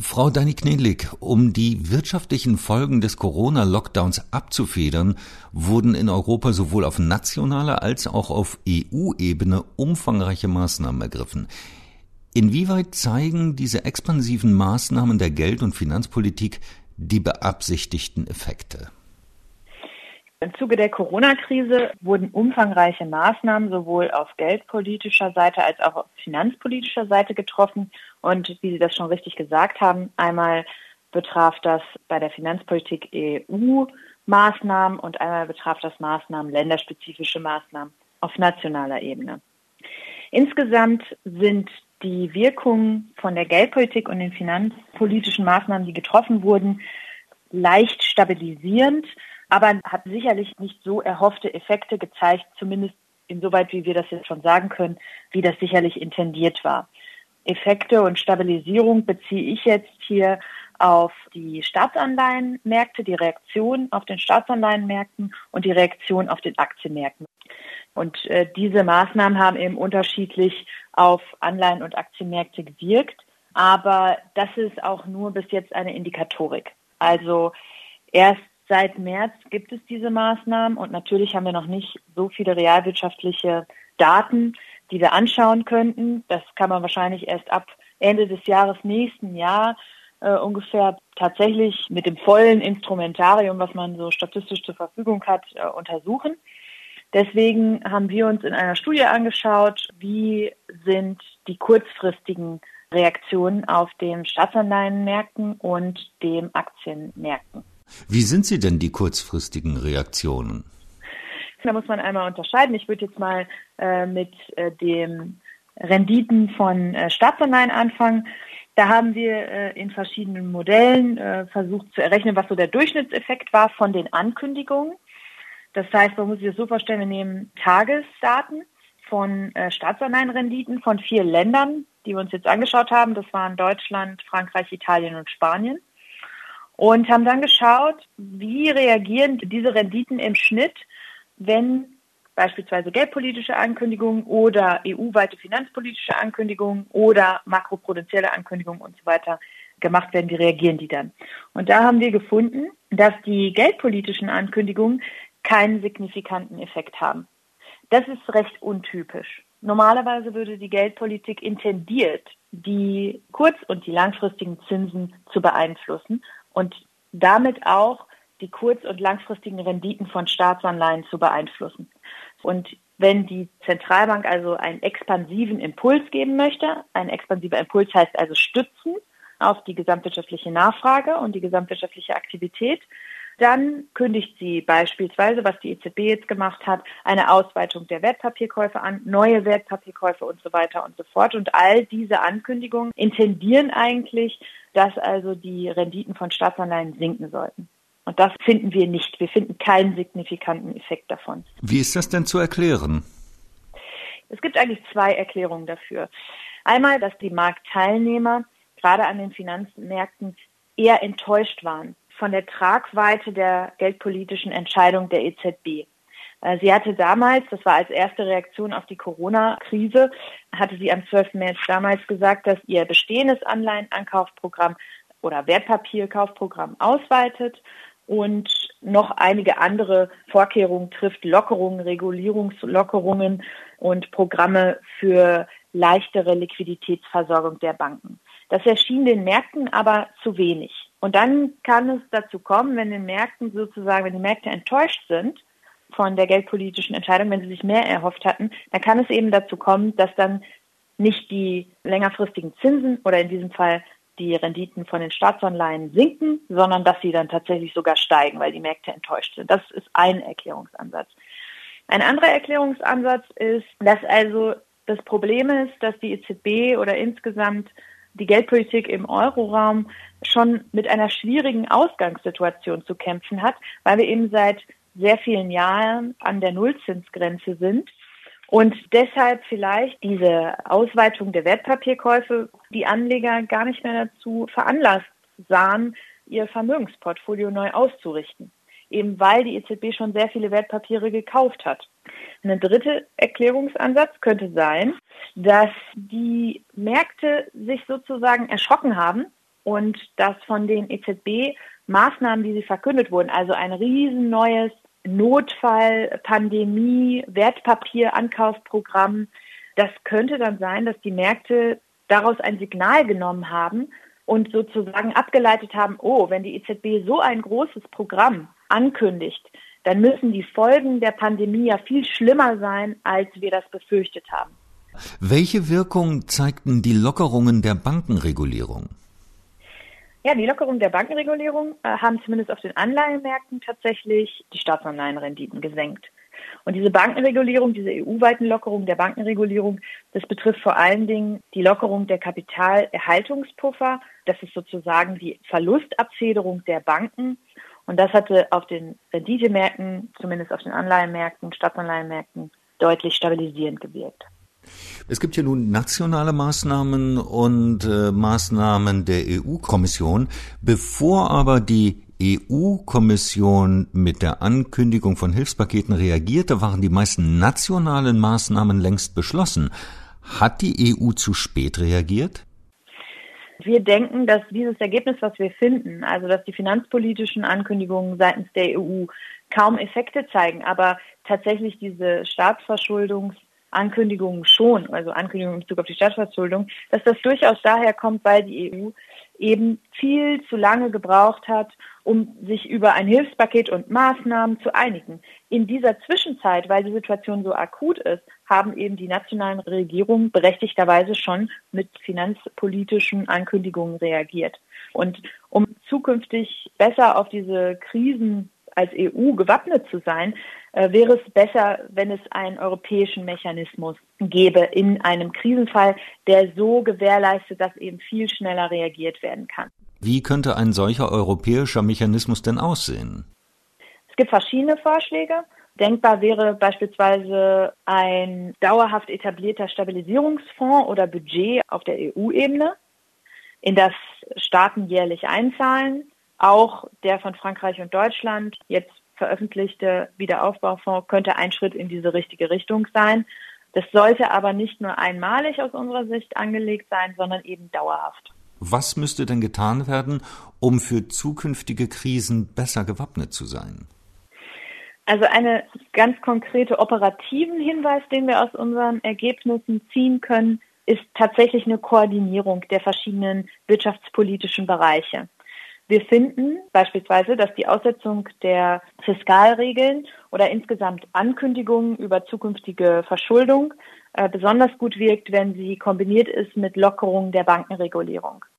Frau Dani-Knedlik, um die wirtschaftlichen Folgen des Corona-Lockdowns abzufedern, wurden in Europa sowohl auf nationaler als auch auf EU-Ebene umfangreiche Maßnahmen ergriffen. Inwieweit zeigen diese expansiven Maßnahmen der Geld- und Finanzpolitik die beabsichtigten Effekte? Im Zuge der Corona-Krise wurden umfangreiche Maßnahmen sowohl auf geldpolitischer Seite als auch auf finanzpolitischer Seite getroffen. Und wie Sie das schon richtig gesagt haben, einmal betraf das bei der Finanzpolitik EU-Maßnahmen und einmal betraf das Maßnahmen, länderspezifische Maßnahmen auf nationaler Ebene. Insgesamt sind die Wirkungen von der Geldpolitik und den finanzpolitischen Maßnahmen, die getroffen wurden, leicht stabilisierend, aber hat sicherlich nicht so erhoffte Effekte gezeigt, zumindest insoweit, wie wir das jetzt schon sagen können, wie das sicherlich intendiert war. Effekte und Stabilisierung beziehe ich jetzt hier auf die Staatsanleihenmärkte, die Reaktion auf den Staatsanleihenmärkten und die Reaktion auf den Aktienmärkten. Und diese Maßnahmen haben eben unterschiedlich auf Anleihen- und Aktienmärkte gewirkt, aber das ist auch nur bis jetzt eine Indikatorik. Also erst seit März gibt es diese Maßnahmen und natürlich haben wir noch nicht so viele realwirtschaftliche Daten, die wir anschauen könnten. Das kann man wahrscheinlich erst ab Ende des Jahres nächsten Jahr ungefähr tatsächlich mit dem vollen Instrumentarium, was man so statistisch zur Verfügung hat, untersuchen. Deswegen haben wir uns in einer Studie angeschaut, wie sind die kurzfristigen Reaktionen auf den Staatsanleihenmärkten und den Aktienmärkten. Wie sind sie denn, die kurzfristigen Reaktionen? Da muss man einmal unterscheiden. Ich würde jetzt mal mit den Renditen von Staatsanleihen anfangen. Da haben wir in verschiedenen Modellen versucht zu errechnen, was so der Durchschnittseffekt war von den Ankündigungen. Das heißt, man muss sich das so vorstellen, wir nehmen Tagesdaten von Staatsanleihenrenditen von 4 Ländern, die wir uns jetzt angeschaut haben. Das waren Deutschland, Frankreich, Italien und Spanien. Und haben dann geschaut, wie reagieren diese Renditen im Schnitt, wenn beispielsweise geldpolitische Ankündigungen oder EU-weite finanzpolitische Ankündigungen oder makroprudentielle Ankündigungen und so weiter gemacht werden, wie reagieren die dann? Und da haben wir gefunden, dass die geldpolitischen Ankündigungen keinen signifikanten Effekt haben. Das ist recht untypisch. Normalerweise würde die Geldpolitik intendiert die kurz- und die langfristigen Zinsen zu beeinflussen und damit auch die kurz- und langfristigen Renditen von Staatsanleihen zu beeinflussen. Und wenn die Zentralbank also einen expansiven Impuls geben möchte, ein expansiver Impuls heißt also stützen auf die gesamtwirtschaftliche Nachfrage und die gesamtwirtschaftliche Aktivität, dann kündigt sie beispielsweise, was die EZB jetzt gemacht hat, eine Ausweitung der Wertpapierkäufe an, neue Wertpapierkäufe und so weiter und so fort. Und all diese Ankündigungen intendieren eigentlich, dass also die Renditen von Staatsanleihen sinken sollten. Und das finden wir nicht. Wir finden keinen signifikanten Effekt davon. Wie ist das denn zu erklären? Es gibt eigentlich 2 Erklärungen dafür. Einmal, dass die Marktteilnehmer gerade an den Finanzmärkten eher enttäuscht waren von der Tragweite der geldpolitischen Entscheidung der EZB. Sie hatte damals, das war als erste Reaktion auf die Corona-Krise, hatte sie am 12. März damals gesagt, dass ihr bestehendes Anleihenankaufprogramm oder Wertpapierkaufprogramm ausweitet und noch einige andere Vorkehrungen trifft, Lockerungen, Regulierungslockerungen und Programme für leichtere Liquiditätsversorgung der Banken. Das erschien den Märkten aber zu wenig. Und dann kann es dazu kommen, wenn die Märkte enttäuscht sind von der geldpolitischen Entscheidung, wenn sie sich mehr erhofft hatten, dann kann es eben dazu kommen, dass dann nicht die längerfristigen Zinsen oder in diesem Fall die Renditen von den Staatsanleihen sinken, sondern dass sie dann tatsächlich sogar steigen, weil die Märkte enttäuscht sind. Das ist ein Erklärungsansatz. Ein anderer Erklärungsansatz ist, dass also das Problem ist, dass die EZB oder insgesamt die Geldpolitik im Euroraum schon mit einer schwierigen Ausgangssituation zu kämpfen hat, weil wir eben seit sehr vielen Jahren an der Nullzinsgrenze sind und deshalb vielleicht diese Ausweitung der Wertpapierkäufe die Anleger gar nicht mehr dazu veranlasst sahen, ihr Vermögensportfolio neu auszurichten, eben weil die EZB schon sehr viele Wertpapiere gekauft hat. Ein dritter Erklärungsansatz könnte sein, dass die Märkte sich sozusagen erschrocken haben, und dass von den EZB-Maßnahmen, die sie verkündet wurden, also ein riesen neues Notfall-, Pandemie-, Wertpapier-Ankaufprogramm, das könnte dann sein, dass die Märkte daraus ein Signal genommen haben und sozusagen abgeleitet haben, oh, wenn die EZB so ein großes Programm ankündigt, dann müssen die Folgen der Pandemie ja viel schlimmer sein, als wir das befürchtet haben. Welche Wirkung zeigten die Lockerungen der Bankenregulierung? Ja, die Lockerungen der Bankenregulierung haben zumindest auf den Anleihenmärkten tatsächlich die Staatsanleihenrenditen gesenkt. Und diese Bankenregulierung, diese EU-weiten Lockerungen der Bankenregulierung, das betrifft vor allen Dingen die Lockerung der Kapitalerhaltungspuffer. Das ist sozusagen die Verlustabfederung der Banken. Und das hatte auf den Renditemärkten, zumindest auf den Anleihenmärkten, Staatsanleihenmärkten, deutlich stabilisierend gewirkt. Es gibt ja nun nationale Maßnahmen und Maßnahmen der EU-Kommission. Bevor aber die EU-Kommission mit der Ankündigung von Hilfspaketen reagierte, waren die meisten nationalen Maßnahmen längst beschlossen. Hat die EU zu spät reagiert? Wir denken, dass dieses Ergebnis, was wir finden, also dass die finanzpolitischen Ankündigungen seitens der EU kaum Effekte zeigen, aber tatsächlich diese Staatsverschuldungsankündigungen schon, also Ankündigungen in Bezug auf die Staatsverschuldung, dass das durchaus daher kommt, weil die EU eben viel zu lange gebraucht hat, um sich über ein Hilfspaket und Maßnahmen zu einigen. In dieser Zwischenzeit, weil die Situation so akut ist, haben eben die nationalen Regierungen berechtigterweise schon mit finanzpolitischen Ankündigungen reagiert. Und um zukünftig besser auf diese Krisen als EU gewappnet zu sein, wäre es besser, wenn es einen europäischen Mechanismus gäbe in einem Krisenfall, der so gewährleistet, dass eben viel schneller reagiert werden kann. Wie könnte ein solcher europäischer Mechanismus denn aussehen? Es gibt verschiedene Vorschläge. Denkbar wäre beispielsweise ein dauerhaft etablierter Stabilisierungsfonds oder Budget auf der EU-Ebene, in das Staaten jährlich einzahlen. Auch der von Frankreich und Deutschland jetzt veröffentlichte Wiederaufbaufonds könnte ein Schritt in diese richtige Richtung sein. Das sollte aber nicht nur einmalig aus unserer Sicht angelegt sein, sondern eben dauerhaft. Was müsste denn getan werden, um für zukünftige Krisen besser gewappnet zu sein? Also einen ganz konkrete operativen Hinweis, den wir aus unseren Ergebnissen ziehen können, ist tatsächlich eine Koordinierung der verschiedenen wirtschaftspolitischen Bereiche. Wir finden beispielsweise, dass die Aussetzung der Fiskalregeln oder insgesamt Ankündigungen über zukünftige Verschuldung besonders gut wirkt, wenn sie kombiniert ist mit Lockerungen der Bankenregulierung.